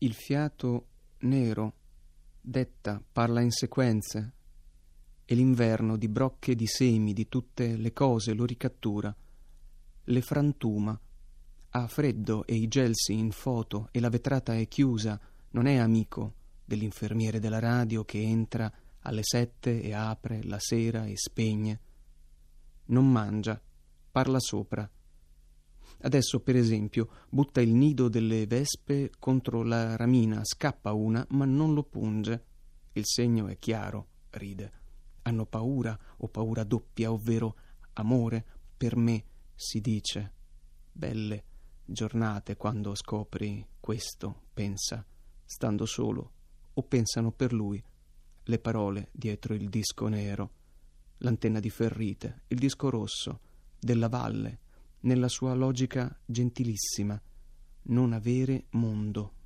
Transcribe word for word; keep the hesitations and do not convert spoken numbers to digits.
Il fiato nero detta, parla in sequenze, e l'inverno di brocche e di semi di tutte le cose lo ricattura, le frantuma, ha freddo e i gelsi in foto e la vetrata è chiusa, non è amico dell'infermiere della radio che entra alle sette e apre la sera e spegne. Non mangia, parla sopra. Adesso, per esempio, butta il nido delle vespe contro la ramina, scappa una, ma non lo punge. Il segno è chiaro, ride. Hanno paura o paura doppia, ovvero amore per me, si dice. Belle giornate quando scopri questo, pensa, stando solo, o pensano per lui le parole dietro il disco nero, l'antenna di ferrite, il disco rosso della valle, nella sua logica gentilissima, non avere mondo.